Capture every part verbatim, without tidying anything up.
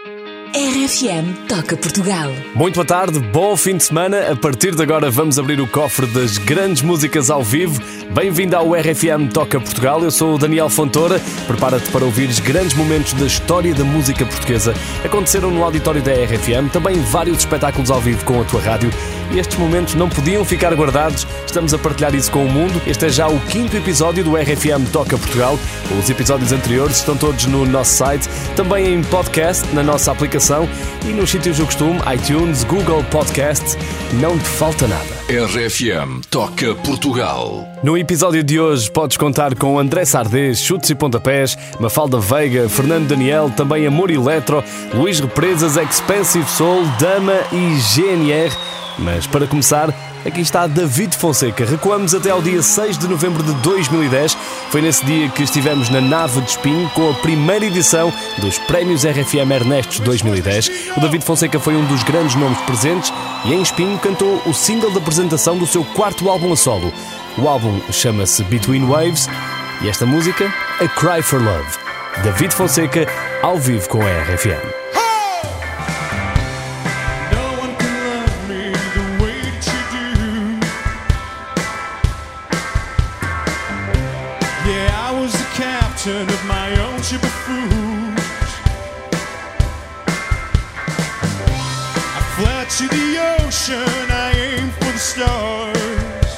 R F M Toca Portugal. Muito boa tarde, bom fim de semana. A partir de agora vamos abrir o cofre das grandes músicas ao vivo. Bem-vindo ao R F M Toca Portugal. Eu sou o Daniel Fontoura. Prepara-te para ouvires grandes momentos da história da música portuguesa. Aconteceram no auditório da R F M, também vários espetáculos ao vivo com a tua rádio. E estes momentos não podiam ficar guardados. Estamos a partilhar isso com o mundo. Este é já o quinto episódio do R F M Toca Portugal. Os episódios anteriores estão todos no nosso site, também em podcast, na nossa aplicação e nos sítios do costume, iTunes, Google Podcasts. Não te falta nada. R F M Toca Portugal. No episódio de hoje podes contar com André Sardés, Chutes e Pontapés, Mafalda Veiga, Fernando Daniel, também Amor Eletro, Luís Represas, Expensive Soul, Dama e G N R. Mas para começar, aqui está David Fonseca. Recuamos até ao dia seis de novembro de dois mil e dez. Foi nesse dia que estivemos na nave de Espinho com a primeira edição dos Prémios R F M Ernestos dois mil e dez. O David Fonseca foi um dos grandes nomes presentes e em Espinho cantou o single de apresentação do seu quarto álbum a solo. O álbum chama-se Between Waves e esta música, A Cry for Love. David Fonseca, ao vivo com a R F M. Of my own ship of fruit, I fled to the ocean, I aimed for the stars.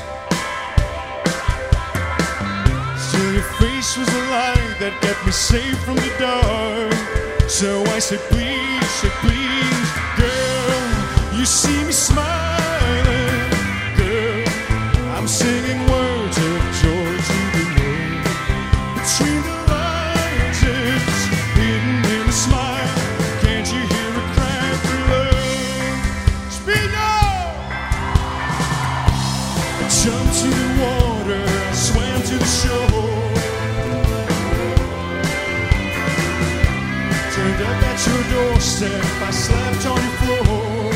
Still your face was a light that kept me safe from the dark. So I said please, said please, girl, you see me smiling, girl, I'm singing words of joy to the world. Between the jumped to the water, I swam to the shore. Turned up at your doorstep, I slept on your floor.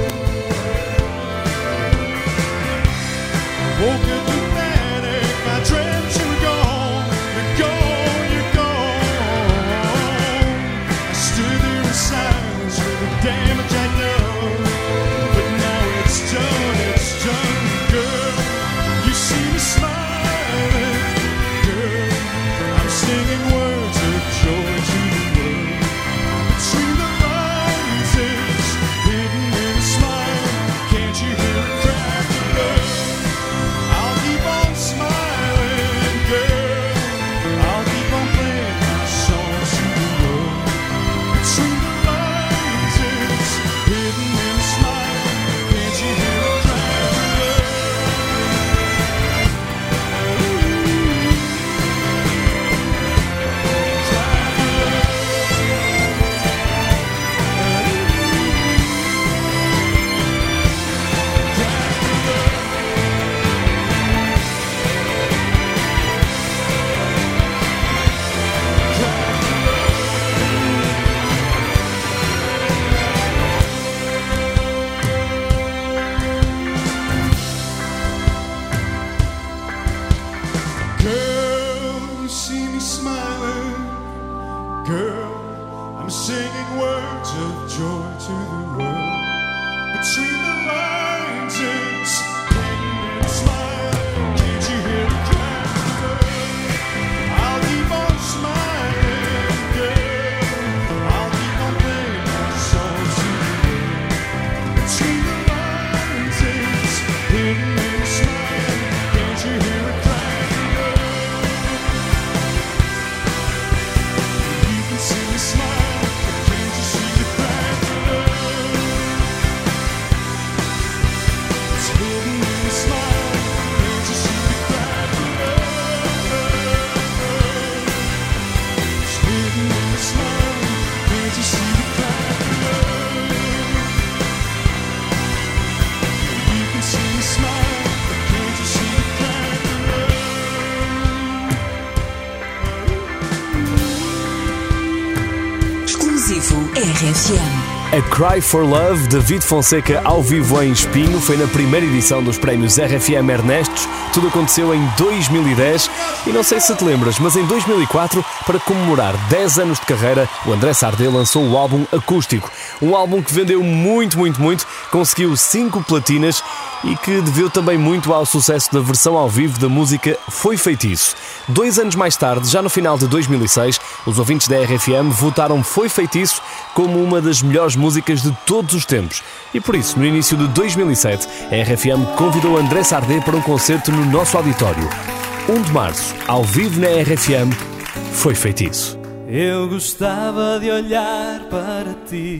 Woke up in panic, I dreamt you were gone. You're gone, you're gone. I stood there in silence with the damage I know. But now it's done, it's done, girl. You see me smiling, girl, I'm singing words of joy to the world. Between the lines, it's hidden in a smile. Can't you hear it crack of love? I'll keep on smiling, girl, I'll keep on playing my song to the world. Between the lines, it's hidden in a smile. Can't you hear it crack of love? Girl, you see me smiling. Girl, I'm singing words of joy to the world. Between the lines, it's hidden in a smile. Can't you hear it crack of love? I'll keep on smiling, girl. I'll keep on playing my song to the world. Between the lines, it's hidden in a smile. Can't you hear it crack of love? You can see me smile, but can't you see the crack of love? It's hidden in a smile, can't you see the crack of love? It's hidden in a smile, can't you see the crack of love? You can see me smile, but can't you see the crack of love? Exclusivo R F M. A Cry for Love, David Fonseca ao vivo em Espinho, foi na primeira edição dos prémios R F M Ernestos. Tudo aconteceu em dois mil e dez e não sei se te lembras, mas em dois mil e quatro, para comemorar dez anos de carreira, o André Sardé lançou o álbum Acústico. Um álbum que vendeu muito, muito, muito, conseguiu cinco platinas e que deveu também muito ao sucesso da versão ao vivo da música Foi Feitiço. Dois anos mais tarde, já no final de dois mil e seis, os ouvintes da R F M votaram Foi Feitiço como uma das melhores músicas de todos os tempos. E por isso, no início de dois mil e sete, a R F M convidou André Sardé para um concerto no nosso auditório. um de março, ao vivo na R F M, Foi Feitiço. Eu gostava de olhar para ti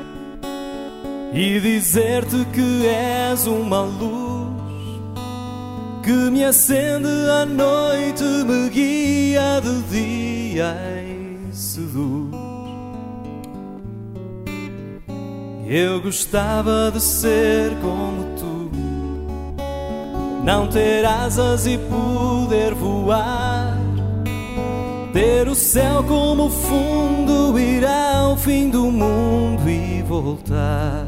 e dizer-te que és uma luz que me acende à noite, me guia de dia e seduz. Eu gostava de ser como tu, não ter asas e poder voar, ter o céu como fundo, ir ao fim do mundo e voltar.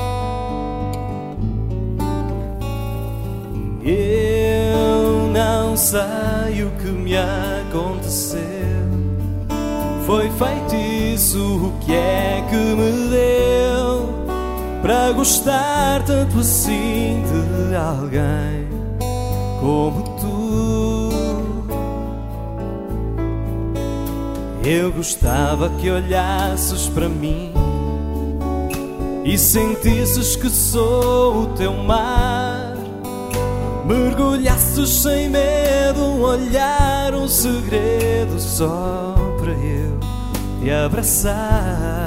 Eu não sei o que me aconteceu, foi feitiço, o que é que me deu para gostar tanto assim de alguém como tu. Eu gostava que olhasses para mim e sentisses que sou o teu mar, mergulhasses sem medo, um olhar, um segredo só para eu te abraçar.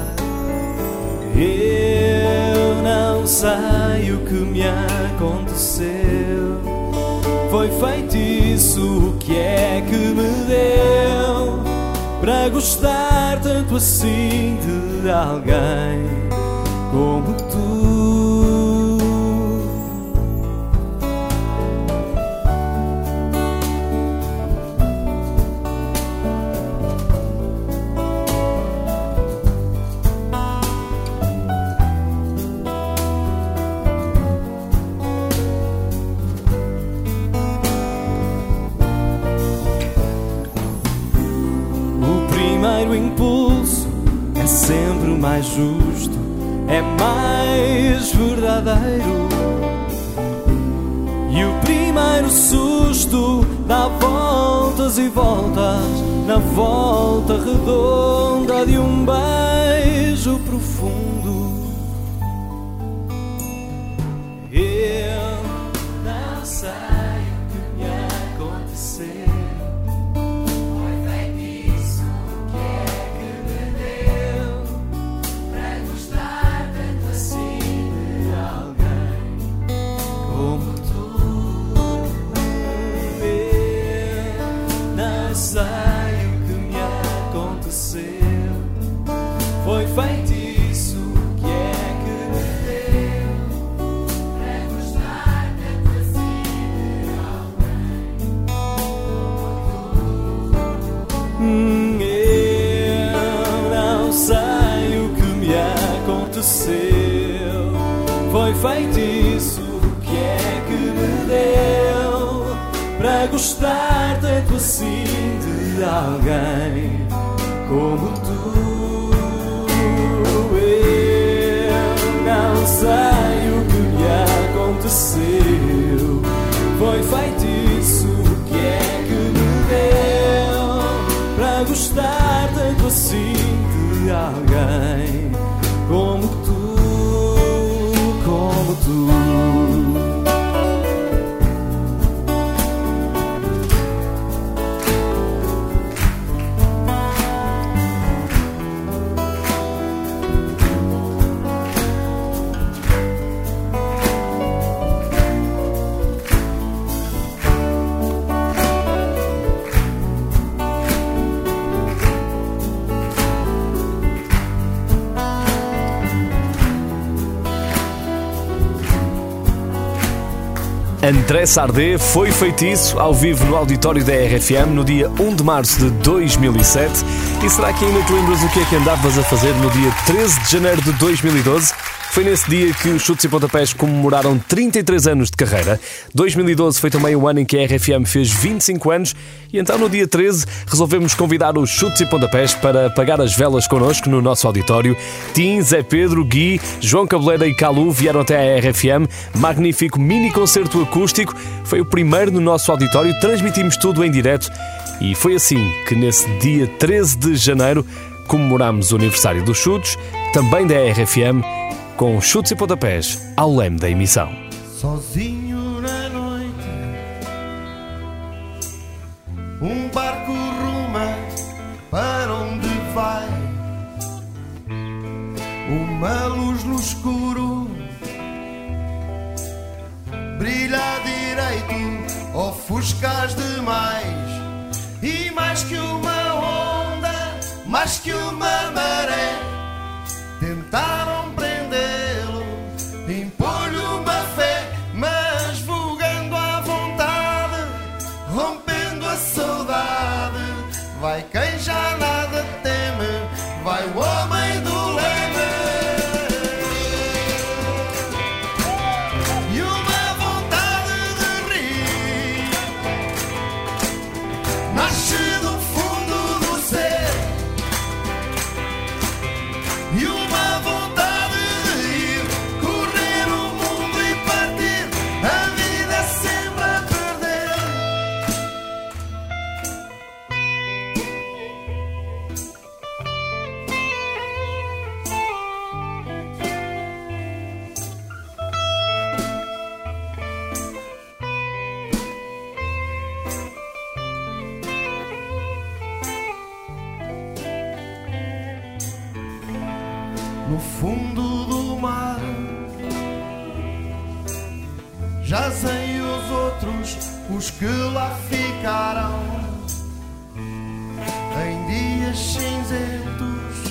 Eu não sei o que me aconteceu, foi feitiço, o que é que me deu para gostar tanto assim de alguém como tu. O impulso é sempre o mais justo, é mais verdadeiro. E o primeiro susto dá voltas e voltas na volta redonda de um beijo profundo. Eu não sei o que me aconteceu, foi feitiço, o que é que me deu para gostar tanto assim de alguém como tu. Eu não sei o que me aconteceu, foi feitiço, o que é que me deu para gostar tanto assim de alguém como tu. Não sei o que me aconteceu, foi feitiço, o que é que me deu para gostar tanto assim de alguém como tu, como tu. André Sardé foi feitiço ao vivo no auditório da R F M no dia um de março de dois mil e sete. E será que ainda te lembras o que é que andavas a fazer no dia treze de janeiro de dois mil e doze? Foi nesse dia que os Chutes e Pontapés comemoraram trinta e três anos de carreira. dois mil e doze foi também o ano em que a R F M fez vinte e cinco anos e então no dia treze resolvemos convidar os Chutes e Pontapés para apagar as velas connosco no nosso auditório. Tim, Zé Pedro, Gui, João Cabeleira e Calu vieram até a R F M. Magnífico mini concerto acústico. Foi o primeiro no nosso auditório. Transmitimos tudo em direto e foi assim que nesse dia treze de janeiro comemorámos o aniversário dos Chutes, também da R F M, com Chutes e Pontapés ao leme da emissão. Sozinho na noite, um barco ruma para onde vai, uma luz no escuro brilha à direito, ofuscas demais, e mais que uma onda, mais que uma maré, tentaram prendê-lo, impor-lhe uma fé, mas vogando à vontade, rompendo a saudade, vai quem já nada teme, vai o homem do leme. E uma vontade de rir nasce do fundo do ser, e uma vontade de ir correr o mundo e partir, a vida é sempre a perder. No fundo do mar jazem os outros, os que lá ficaram, em dias cinzentos,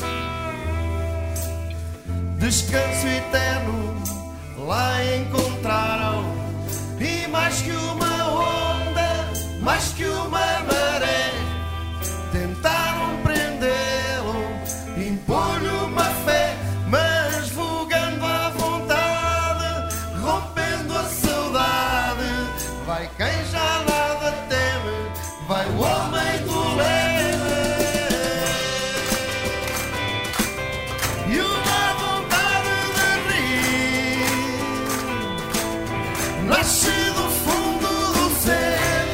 descanso eterno lá encontraram, e mais que uma onda, mais que uma maré, tentaram prendê-lo, impor-lhe uma fé, mas vogando à vontade, rompendo a saudade, vai quem já nada teme, vai o homem do leme. E uma vontade de rir nasce do fundo do ser,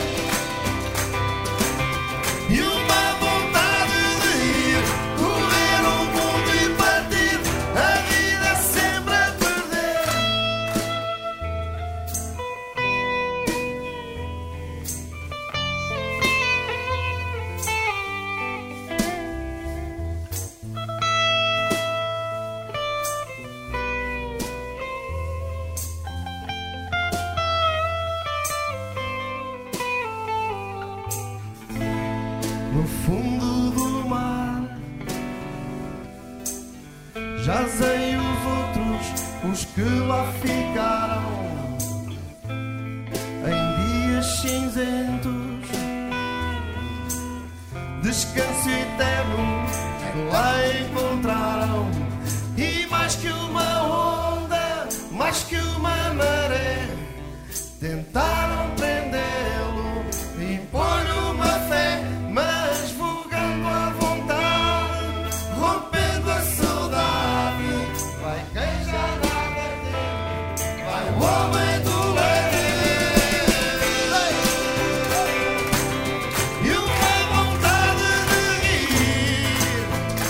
e uma vontade de ir correr o mundo e partir, a vida é sempre a perder. No fundo do mar jazem os outros, os que lá ficaram, em dias cinzentos, descanso eterno que lá encontraram, e mais que uma onda, mais que uma maré, tentaram prendê-lo, impor-lhe uma fé, mas vogando à vontade, rompendo a saudade, vai quem já nada tem, vai o homem do leme. E uma vontade de rir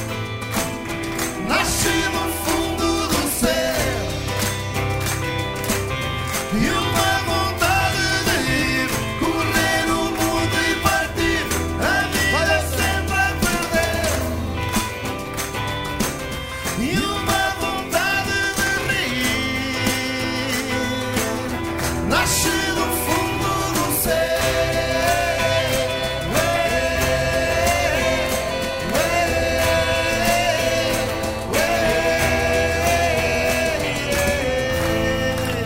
nasce no fundo do ser, e uma vontade de ir correr o mundo e partir, a vida é sempre a perder. E uma vontade de rir nasce do fundo do ser.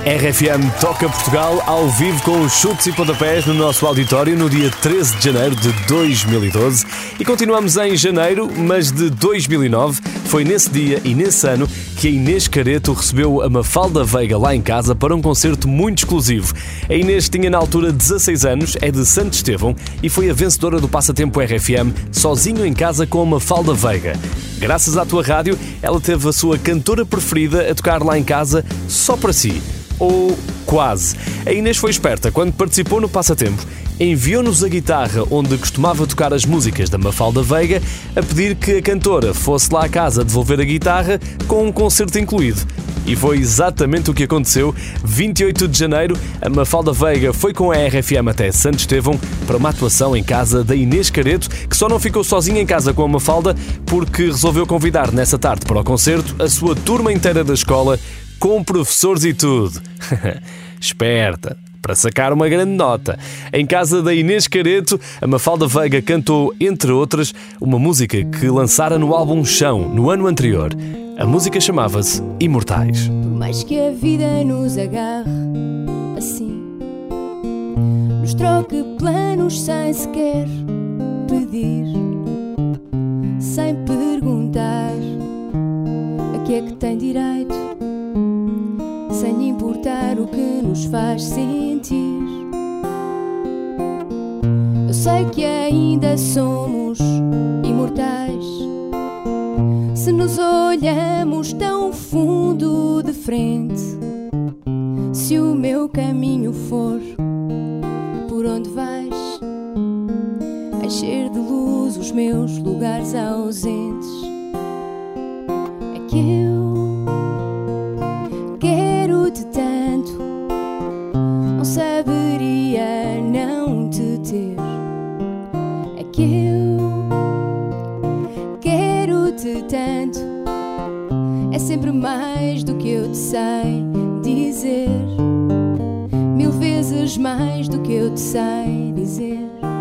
R F M Toca Portugal ao vivo com os chutes e pontapés no nosso auditório no dia treze de janeiro de dois mil e doze e continuamos em janeiro, mas de dois mil e nove. Foi nesse dia e nesse ano que a Inês Careto recebeu a Mafalda Veiga lá em casa para um concerto muito exclusivo. A Inês tinha na altura dezasseis anos, é de Santo Estevão e foi a vencedora do Passatempo R F M sozinho em casa com a Mafalda Veiga. Graças à tua rádio, ela teve a sua cantora preferida a tocar lá em casa só para si. Ou quase. A Inês foi esperta. Quando participou no Passatempo, enviou-nos a guitarra onde costumava tocar as músicas da Mafalda Veiga, a pedir que a cantora fosse lá à casa devolver a guitarra com um concerto incluído. E foi exatamente o que aconteceu. vinte e oito de janeiro, a Mafalda Veiga foi com a R F M até Santo Estevão para uma atuação em casa da Inês Careto, que só não ficou sozinha em casa com a Mafalda porque resolveu convidar nessa tarde para o concerto a sua turma inteira da escola, com professores e tudo. Esperta, para sacar uma grande nota. Em casa da Inês Careto, a Mafalda Veiga cantou, entre outras, uma música que lançara no álbum Chão, no ano anterior. A música chamava-se Imortais. Por mais que a vida nos agarre assim, nos troque planos sem sequer pedir, sem perguntar a que é que tem direito, sem importar o que nos faz sentir. Eu sei que ainda somos imortais se nos olhamos tão fundo de frente. Se o meu caminho for por onde vais, encher de luz os meus lugares ausentes, é que eu quero-te tanto, não saberia não te ter. É que eu quero-te tanto, é sempre mais do que eu te sei dizer, mil vezes mais do que eu te sei dizer.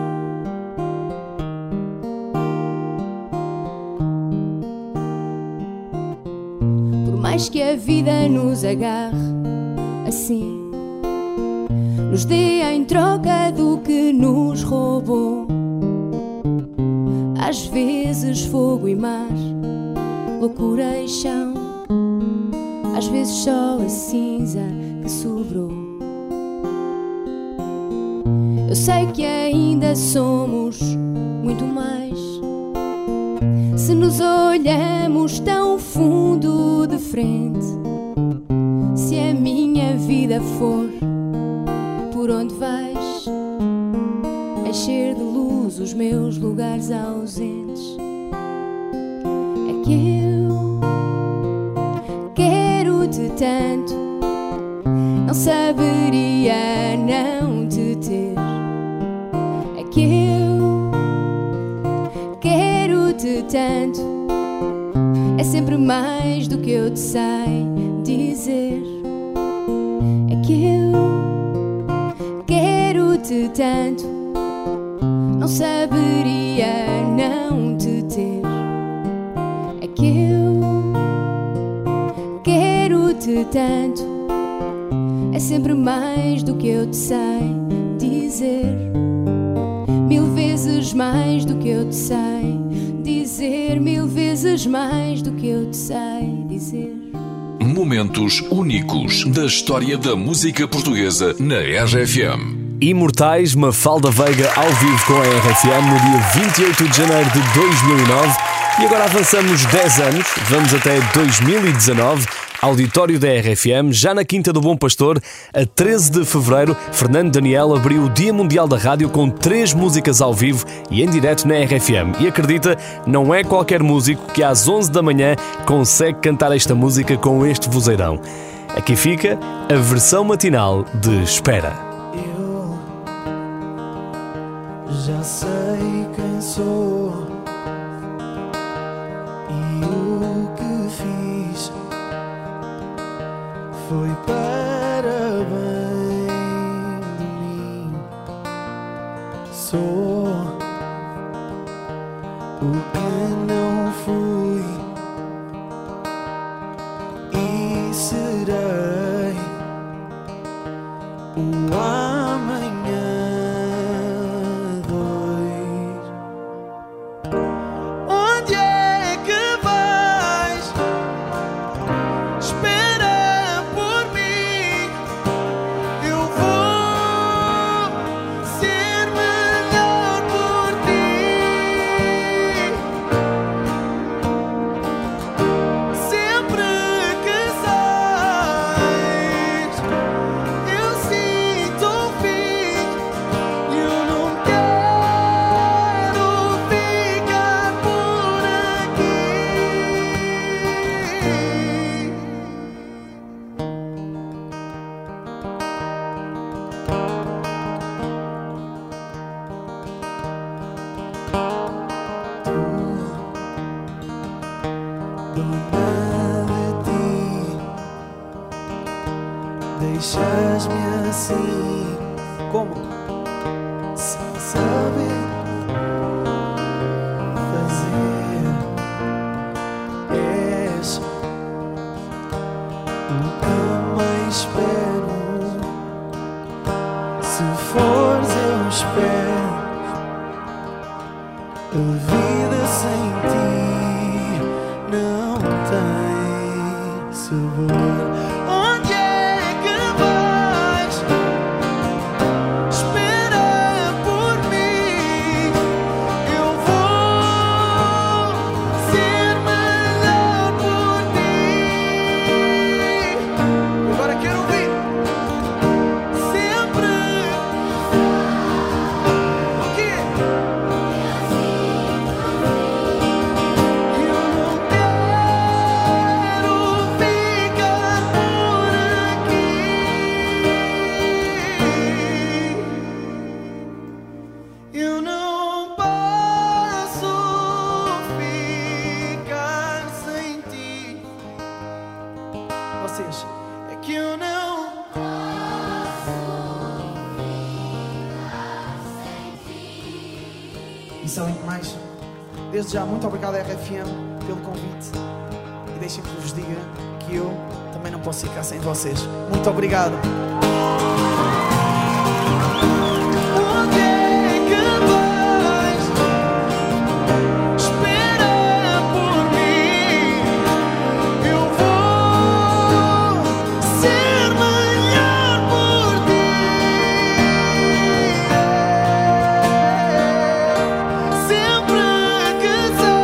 Mais que a vida nos agarre assim, nos dê em troca do que nos roubou, às vezes fogo e mar, loucura e chão, às vezes só a cinza que sobrou. Eu sei que ainda somos muito mais se nos olhamos tão fundo de frente. Se a minha vida for por onde vais, encher de luz os meus lugares ausentes, é que eu quero-te tanto, não saberia não te ter. É que eu quero-te tanto, é sempre mais do que eu te sei dizer. É que eu quero-te tanto, não saberia não te ter. É que eu quero-te tanto, é sempre mais do que eu te sei dizer, mil vezes mais do que eu te sei dizer, mil vezes mais do que eu te sei dizer. Momentos únicos da história da música portuguesa na R F M. Imortais, Mafalda Veiga ao vivo com a R F M no dia vinte e oito de janeiro de dois mil e nove. E agora avançamos dez anos, vamos até dois mil e dezanove. Auditório da R F M, já na Quinta do Bom Pastor, a treze de fevereiro, Fernando Daniel abriu o Dia Mundial da Rádio com três músicas ao vivo e em direto na R F M. E acredita, não é qualquer músico que às onze da manhã consegue cantar esta música com este vozeirão. Aqui fica a versão matinal de Espera. Eu já sei quem sou e o que fiz foi para bem de mim. Sou o que não fui e serei nada de ti. Deixas-me assim, como? Sem saber fazer. És o que mais espero. Se fores eu espero. A vida sem ti não tem sabor. Onde é que vais? Espera por mim. Eu vou ser melhor por ti. Agora quero ouvir. Sempre. O quê? Eu não quero ficar por aqui. Eu não posso ficar sem ti. Vocês, é que eu não Isso além de mais, desde já, muito obrigado à R F M pelo convite. E deixem que vos diga que eu também não posso ficar sem vocês. Muito obrigado. Onde é que vais? Espera por mim. Eu vou ser melhor por ti. Sempre que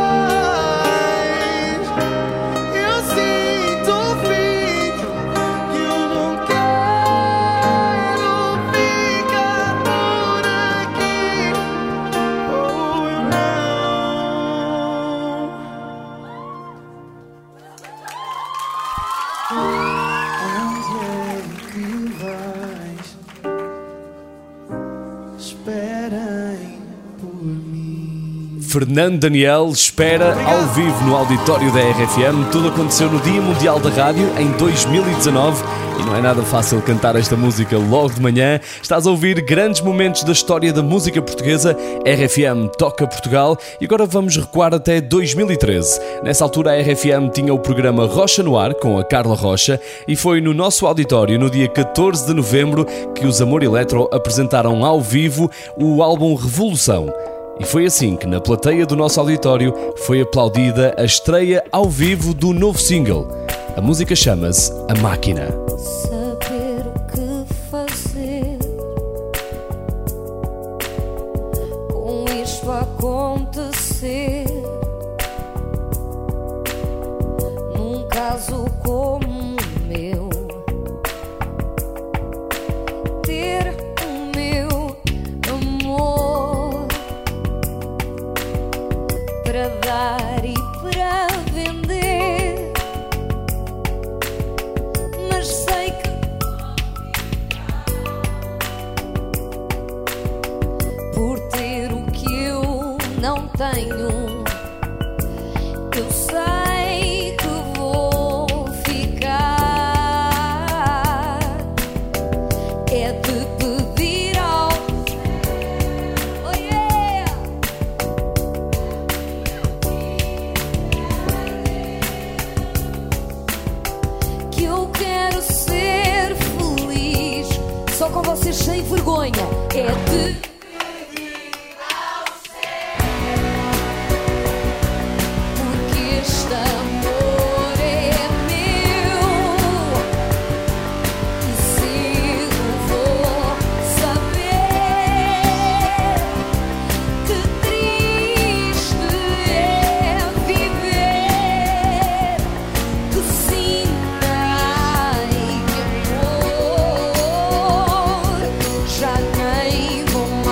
sais, eu sinto o fim. Eu não quero ficar por aqui. Oh, eu não. Onde é que vais? Esperem por mim. Fernando Daniel espera ao vivo no auditório da R F M. Tudo aconteceu no Dia Mundial da Rádio em dois mil e dezanove e não é nada fácil cantar esta música logo de manhã. Estás a ouvir grandes momentos da história da música portuguesa. R F M toca Portugal e agora vamos recuar até dois mil e treze. Nessa altura a R F M tinha o programa Rocha no Ar com a Carla Rocha e foi no nosso auditório no dia catorze de novembro que os Amor Eletro apresentaram ao vivo o álbum Revolução. E foi assim que na plateia do nosso auditório foi aplaudida a estreia ao vivo do novo single. A música chama-se A Máquina. Saber o que fazer com isto a acontecer. Num caso como o meu, ter o meu amor para dar e para vender. Mas sei que por ter o que eu não tenho, eu sei que vou ficar. É de pedir ao oh yeah! Que eu quero ser feliz só com vocês sem vergonha. É de porque este amor é meu e cedo vou saber que triste é viver, que sim tem amor, já nem vou mais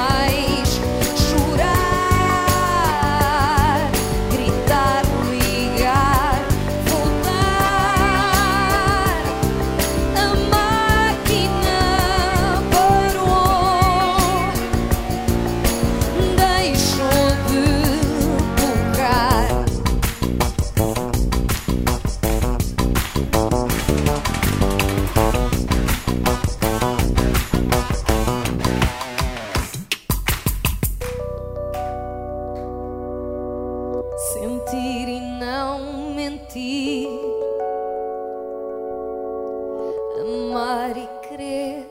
amar e querer.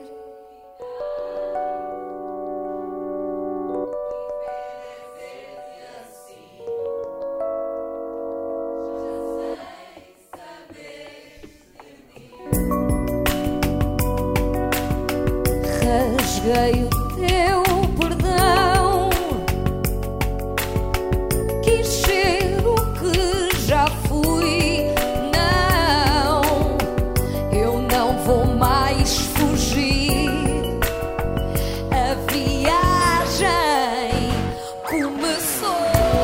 Rasguei o teu perdão, quis ser o que já fui. Não, eu não vou mais fugir. A viagem começou,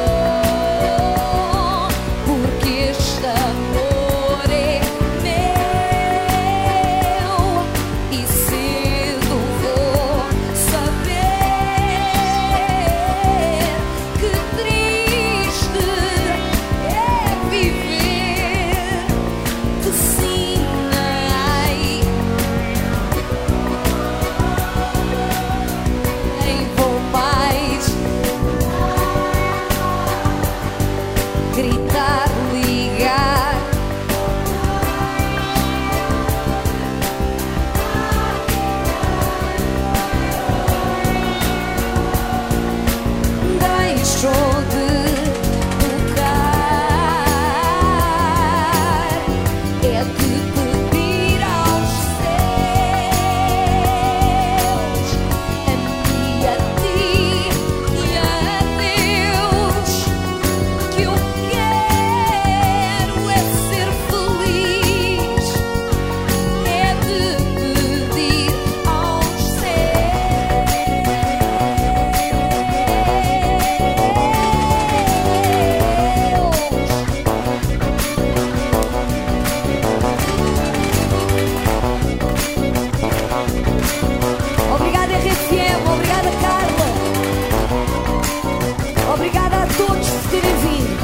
porque este amor é meu e cedo vou saber que triste é viver que sim, ai, nem vou mais gritar, ligar. Deixou de tocar, é de pedir aos céus, a mim, a ti e a Deus, que eu quero é ser feliz, é de pedir aos Obrigada, R F M, obrigada, Carla. Obrigada a todos por terem vindo.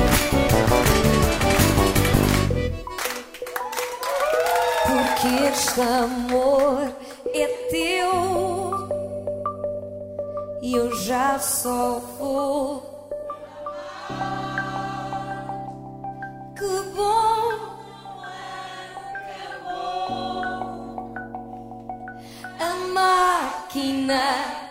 Porque este amor é teu e eu já só vou. Que bom, a máquina.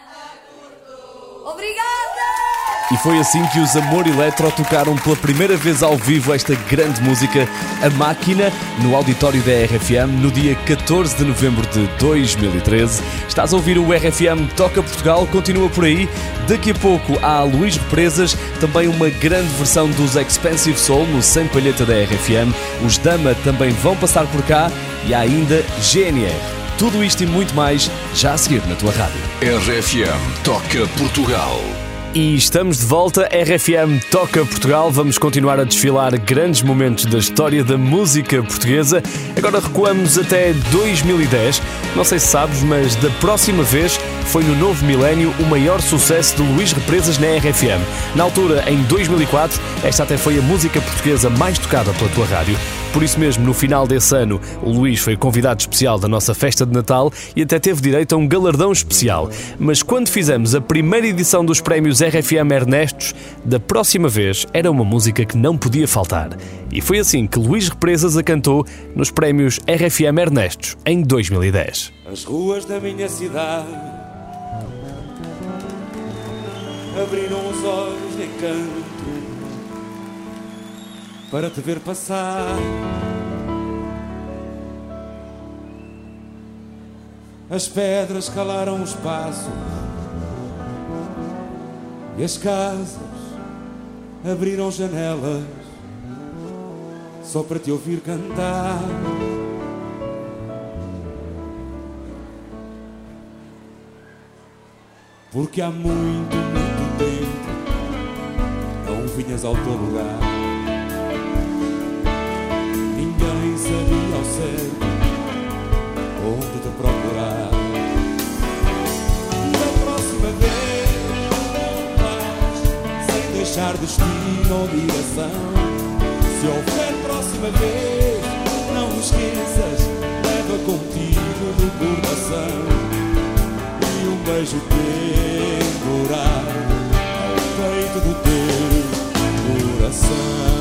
Obrigada! E foi assim que os Amor Eletro tocaram pela primeira vez ao vivo esta grande música, A Máquina, no auditório da R F M, no dia catorze de novembro de dois mil e treze. Estás a ouvir o R F M Toca Portugal, continua por aí. Daqui a pouco há Luís Represas, também uma grande versão dos Expensive Soul no Sem Palheta da R F M. Os Dama também vão passar por cá e há ainda G N R. Tudo isto e muito mais já a seguir na tua rádio. R F M Toca Portugal. E estamos de volta, R F M Toca Portugal. Vamos continuar a desfilar grandes momentos da história da música portuguesa. Agora recuamos até dois mil e dez. Não sei se sabes, mas da próxima vez foi no novo milénio o maior sucesso de Luís Represas na R F M. Na altura, em dois mil e quatro, esta até foi a música portuguesa mais tocada pela tua rádio. Por isso mesmo, no final desse ano, o Luís foi convidado especial da nossa festa de Natal e até teve direito a um galardão especial. Mas quando fizemos a primeira edição dos prémios R F M Ernestos, da próxima vez era uma música que não podia faltar. E foi assim que Luís Represas a cantou nos prémios R F M Ernestos em dois mil e dez. As ruas da minha cidade abriram os olhos de encanto para te ver passar. As pedras calaram os passos e as casas abriram janelas só para te ouvir cantar. Porque há muito, muito tempo não vinhas ao teu lugar. Ninguém sabia ao certo onde te procurar. Da próxima vez não vais sem deixar destino ou direção. Se houver próxima vez, não esqueças, leva contigo no coração e um beijo pendurar ao peito do teu coração.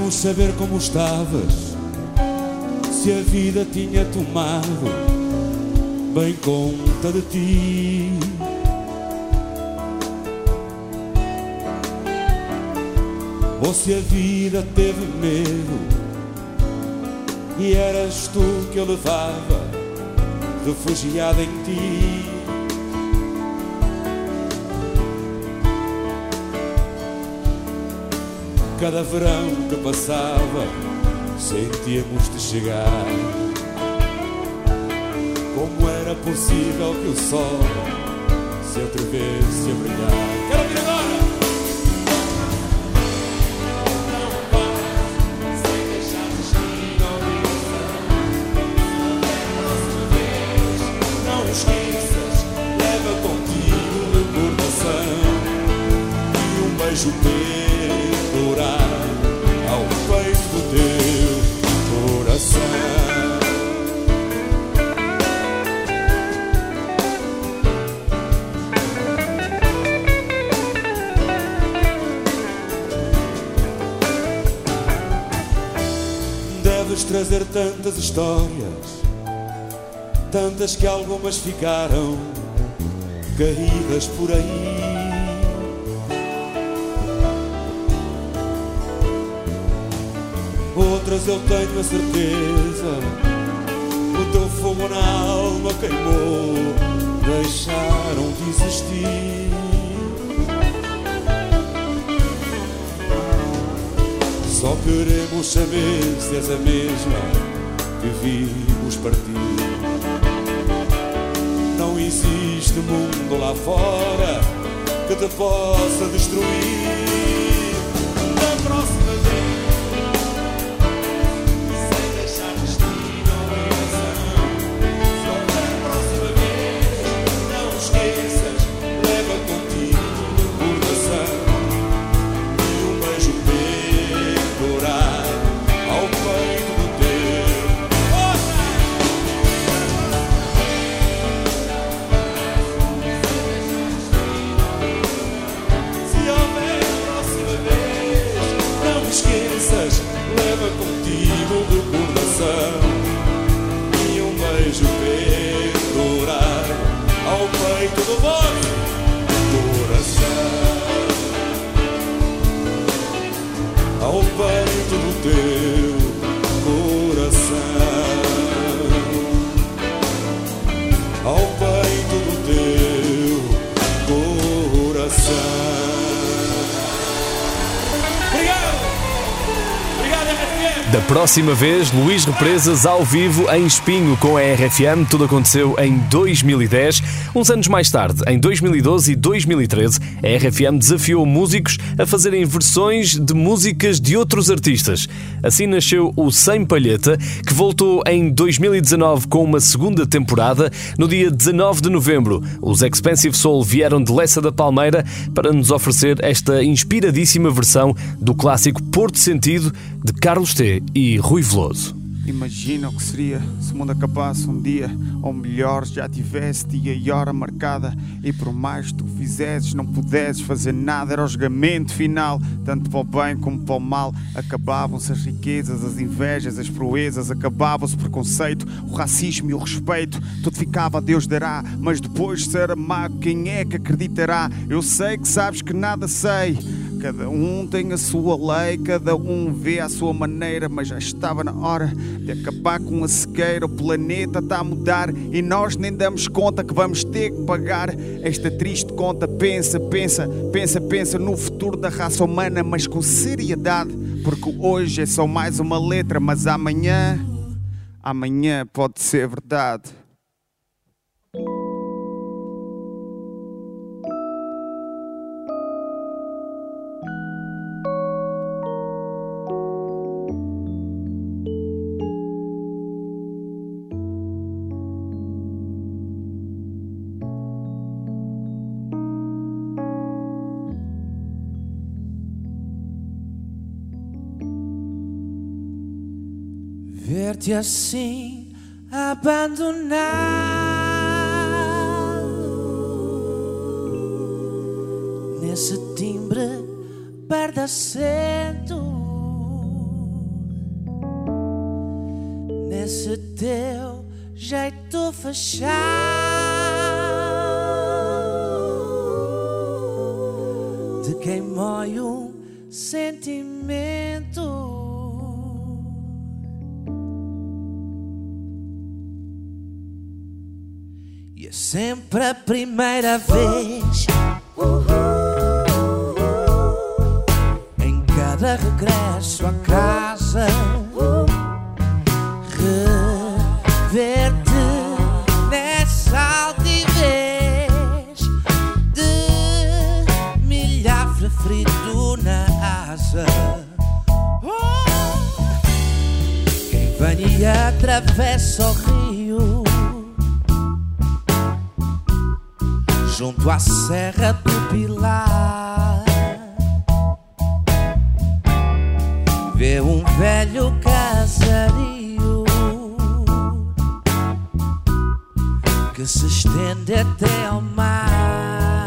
Queremos saber como estavas, se a vida tinha tomado bem conta de ti. Ou se a vida teve medo e eras tu que eu levava refugiada em ti. Cada verão que passava sentíamos-te chegar. Como era possível que o sol se atrevesse a brilhar? Quero ouvir agora! Beijo pendurar ao peito do teu coração. Deves trazer tantas histórias, tantas que algumas ficaram caídas por aí. Outras eu tenho a certeza, o teu fogo na alma queimou, deixaram de existir. Só queremos saber se és a mesma que vimos partir. Não existe mundo lá fora que te possa destruir. Da próxima vez, leva contigo de coração e um beijo pendurar ao peito do vosso coração, ao peito do teu coração, ao peito do teu coração. Da próxima vez, Luís Represas ao vivo em Espinho com a R F M. Tudo aconteceu em dois mil e dez. Uns anos mais tarde, em dois mil e doze e dois mil e treze, a R F M desafiou músicos a fazerem versões de músicas de outros artistas. Assim nasceu o Sem Palheta, que voltou em dois mil e dezanove com uma segunda temporada. No dia dezanove de novembro, os Expensive Soul vieram de Lessa da Palmeira para nos oferecer esta inspiradíssima versão do clássico Porto Sentido de Carlos T e Rui Veloso. Imagina o que seria se o mundo acabasse um dia, ou melhor, já tivesse dia e hora marcada, e por mais que tu fizesses não pudesses fazer nada. Era o julgamento final, tanto para o bem como para o mal. Acabavam-se as riquezas, as invejas, as proezas, acabava-se o preconceito, o racismo e o respeito. Tudo ficava a Deus dará, mas depois de ser amado, quem é que acreditará? Eu sei que sabes que nada sei. Cada um tem a sua lei, cada um vê à sua maneira, mas já estava na hora de acabar com a cegueira. O planeta está a mudar e nós nem damos conta que vamos ter que pagar esta triste conta. Pensa, pensa, pensa, pensa no futuro da raça humana, mas com seriedade, porque hoje é só mais uma letra, mas amanhã, amanhã pode ser verdade. Ver-te assim abandonado nesse timbre perde acento. esse teu jeito fechado de quem mói um sentimento. E é sempre a primeira vez em cada regresso a casa rever-te nessa altivez de milhafre frito na asa. Quem vem e atravessa o rio junto à Serra do Pilar, vê um velho casario que se estende até ao mar.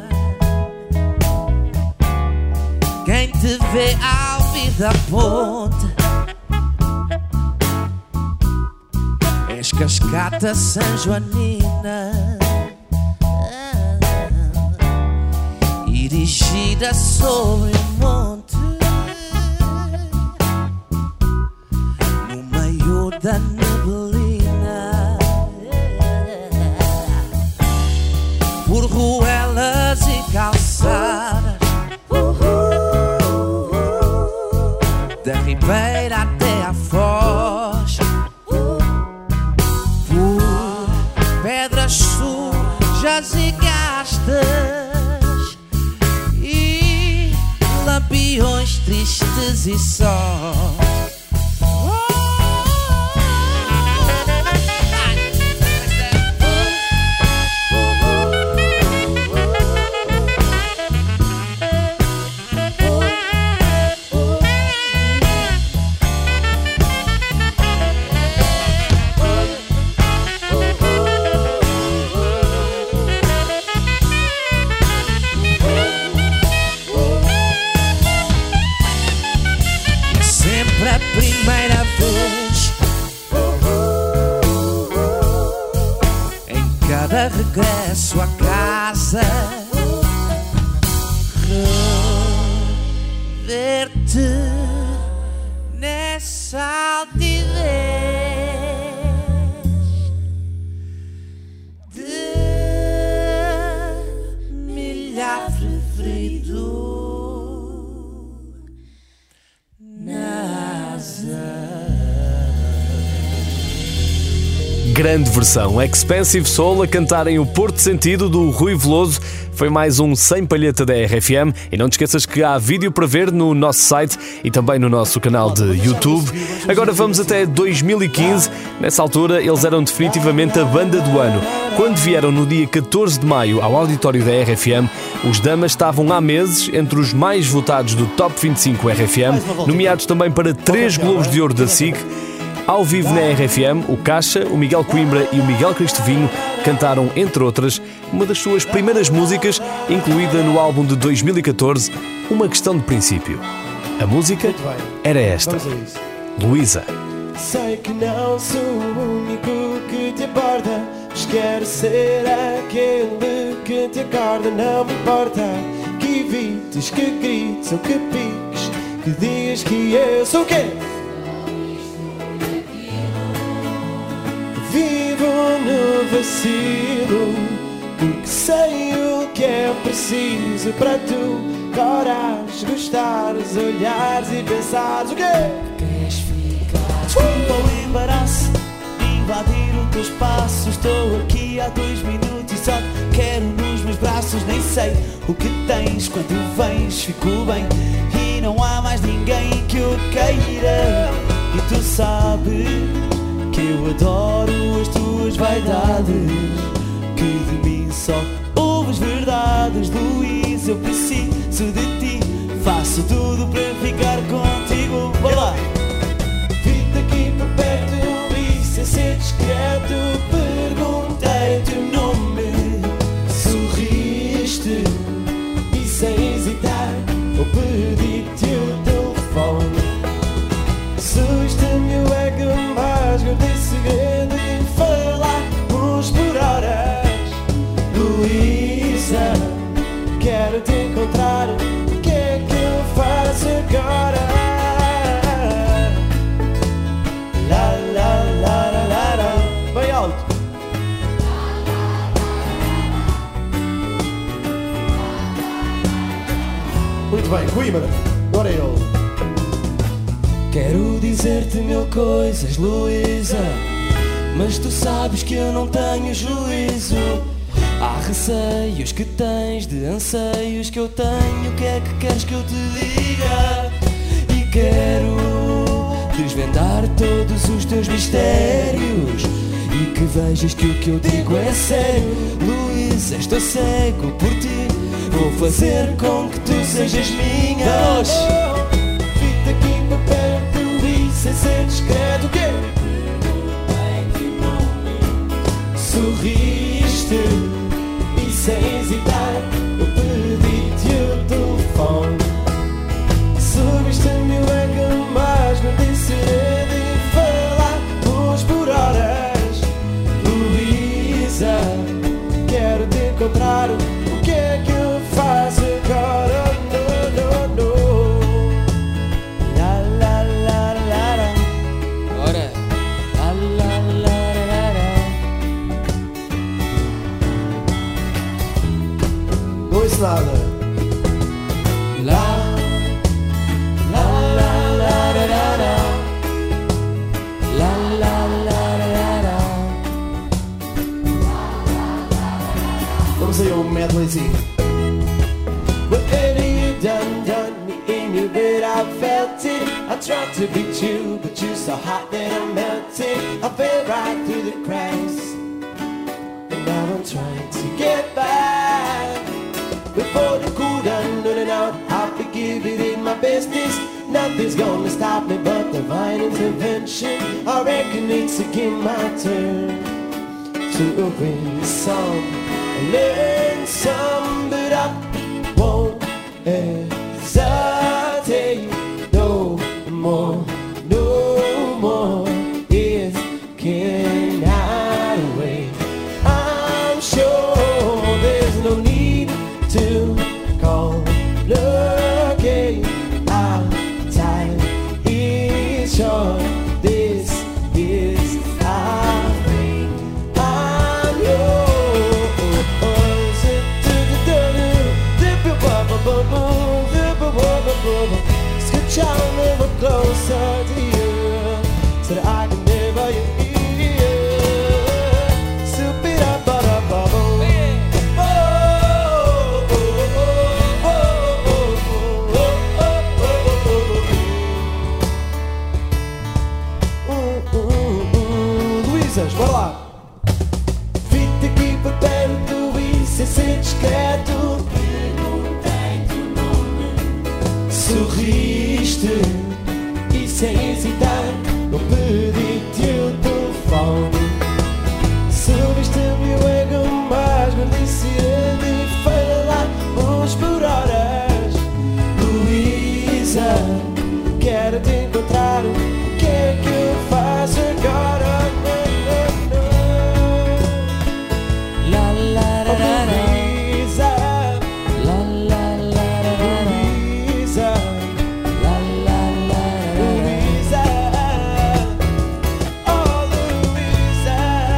Quem te vê ao vir da ponte és cascata sanjoanina, erigida sobre o monte, no meio da neblina, por ruelas e calçadas, da Ribeira até à Foz, por pedras sujas e gastas, lampiões tristes e só. Primeira vez em cada regresso a casa rever-te nessa altivez de milhafre frito. Grande versão, Expensive Soul a cantarem o Porto Sentido do Rui Veloso. Foi mais um Sem Palheta da R F M. E não te esqueças que há vídeo para ver no nosso site e também no nosso canal de YouTube. Agora vamos até dois mil e quinze. Nessa altura eles eram definitivamente a banda do ano. Quando vieram no dia catorze de maio ao auditório da R F M, os Damas estavam há meses entre os mais votados do Top vinte e cinco R F M, nomeados também para três Globos de Ouro da S I C. Ao vivo na R F M, o Caixa, o Miguel Coimbra e o Miguel Cristovinho cantaram, entre outras, uma das suas primeiras músicas, incluída no álbum de dois mil e catorze, Uma Questão de Princípio. A música era esta, Luísa. Sei que não sou o único que te importa, mas quero ser aquele que te acorda. Não me importa que evites, que grites ou que piques, que digas que eu sou o quê? Vivo no vacilo, porque sei o que é preciso para tu coragem, gostares, olhares e pensares o quê? Queres ficar? Desculpa o embaraço, invadir o teu espaço. Estou aqui há dois minutos e só te quero nos meus braços. Nem sei o que tens quando vens, fico bem e não há mais ninguém que eu queira. E tu sabes que eu adoro as tuas vaidades, que de mim só ouves verdades. Luís, eu preciso de ti, faço tudo para ficar contigo. Bora lá! Vim-te aqui por perto e sem ser discreto perguntei-te o nome, sorriste e sem hesitar eu pedi-te o telefone. Susto-me o ego mais gordo. Muito bem, Coimbra, agora é ele. Quero dizer-te mil coisas, Luísa, mas tu sabes que eu não tenho juízo. Há receios que tens de anseios que eu tenho. O que é que queres que eu te diga? E quero desvendar todos os teus mistérios e que vejas que o que eu digo é sério. Luísa, estou cego por ti, vou fazer com que tu sejas minha. Fica aqui para perto e sem ser discreto. O quê? Sorriste e sem hesitar eu pedi-te o telefone. Subiste-me o ego, mas não disse de falar. Pois por horas, Luísa, quero te encontrar. O que é que eu faço agora? No, no, no. La, la, la, la, la. Ora. La, la, la, la, la. Não ouço nada. La, la, la, la, la, la, la. La, la, la, la, la. Vamos aí ao medleyzinho. Whatever you done, done me in your bed, I felt it. I tried to beat you, but you're so hot that I'm melting. I fell right through the cracks, and now I'm trying to get back. Before the cool down, running out, I'll forgive it in my business. Nothing's gonna stop me but divine intervention. I reckon it's again my turn to win some, learn some, but I won't hesitate no more, no more. It cannot wait. I'm sure there's no need to complicate. Our time is short. This is our fate. I'm yours. Scooch on a little closer to you, so that I can never you hear. Soup it up, but up, bubble. Luísas, bora lá. Fica aqui para perto e sem ser discreto. Sorriste e sem hesitar eu pedi-te o telefone. Subiste-me o ego, mas não disse de falar. Pois por horas, Luísa, quero te encontrar. O que é que eu faço agora? La, la, la, la, la. Luísa, la, la, la, la, la. Luísa, la, la, la, la, Luísa, oh Luísa,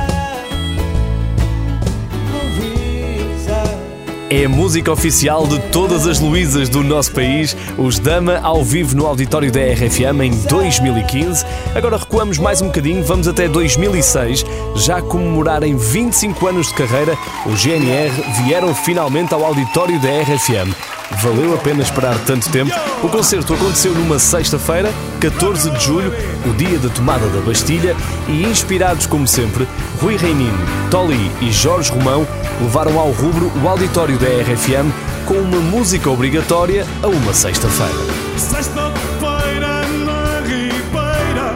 Luísa. É a música oficial de todas as Luísas do nosso país, os Dama ao vivo no auditório da R F M em dois mil e quinze. Agora recuamos mais um bocadinho, vamos até dois mil e seis. Já a comemorarem vinte e cinco anos de carreira, os G N R vieram finalmente ao auditório da R F M. Valeu a pena esperar tanto tempo. O concerto aconteceu numa sexta-feira, catorze de julho, o dia da tomada da Bastilha, e inspirados como sempre, Rui Reininho, Tolly e Jorge Romão levaram ao rubro o auditório da R F M com uma música obrigatória a uma sexta-feira. Sexta-feira na Ribeira,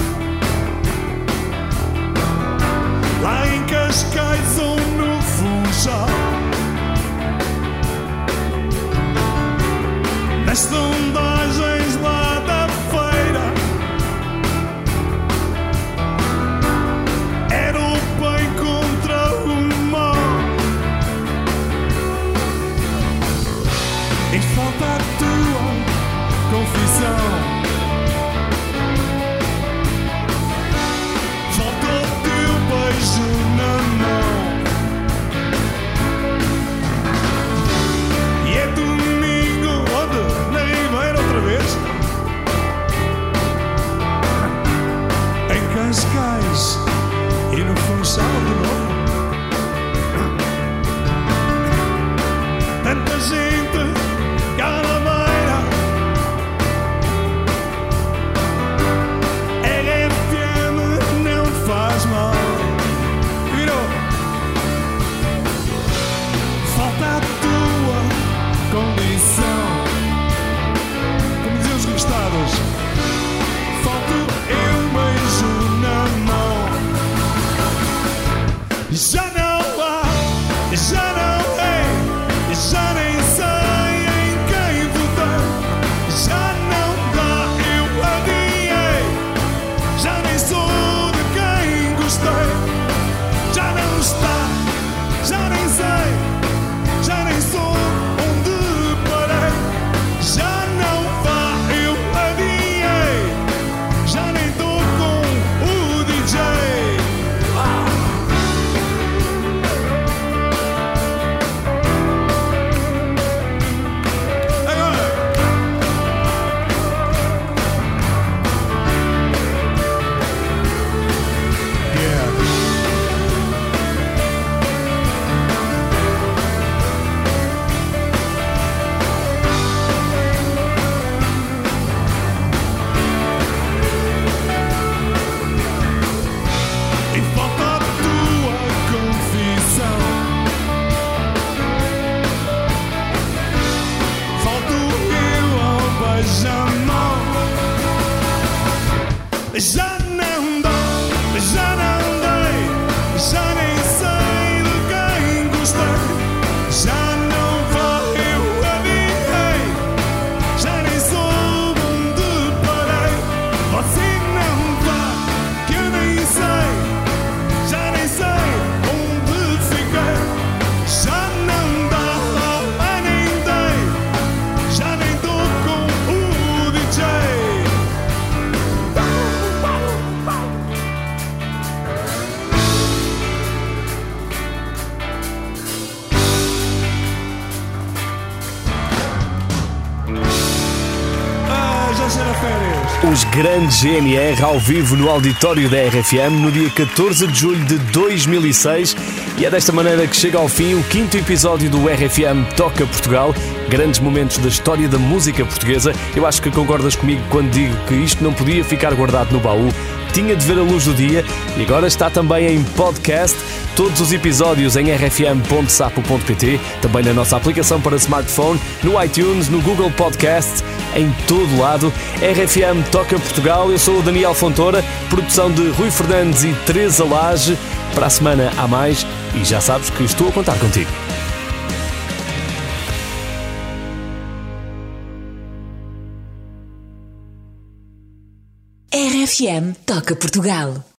lá em Cascais ou no Funchal, nas sondagens lá da feira, era o bem contra o mal. Em falta a tua confissão, falta o teu beijo na mão. Já não há, já não é, já nem sei em quem votar. Já não dá, eu adiei, já nem sou de quem gostei. Já não está, já nem sei, já nem sou onde parei. Já não vá, eu adiei, já nem dou com o D J. E falta a tua confissão, falto eu ao beijamão. Já não dá, já não dei, já nem sei de quem gostei. Já não vá, eu adiei, já nem soube onde parei. Você não vá, que eu nem sei, já nem sei onde fiquei. Já não dá, ah, nem dei, já nem dou com o D J. Ah, já será férias. Os grandes G N R ao vivo no auditório da R F M no dia catorze de julho de dois mil e seis, e é desta maneira que chega ao fim o quinto episódio do R F M Toca Portugal. Grandes momentos da história da música portuguesa. Eu acho que concordas comigo quando digo que isto não podia ficar guardado no baú, tinha de ver a luz do dia, e agora está também em podcast. Todos os episódios em r f m ponto sapo ponto p t, também na nossa aplicação para smartphone, no iTunes, no Google Podcasts, em todo lado. R F M Toca Portugal. Eu sou o Daniel Fontoura, produção de Rui Fernandes e Teresa Lage. Para a semana há mais, e já sabes que estou a contar contigo. R F M Toca Portugal.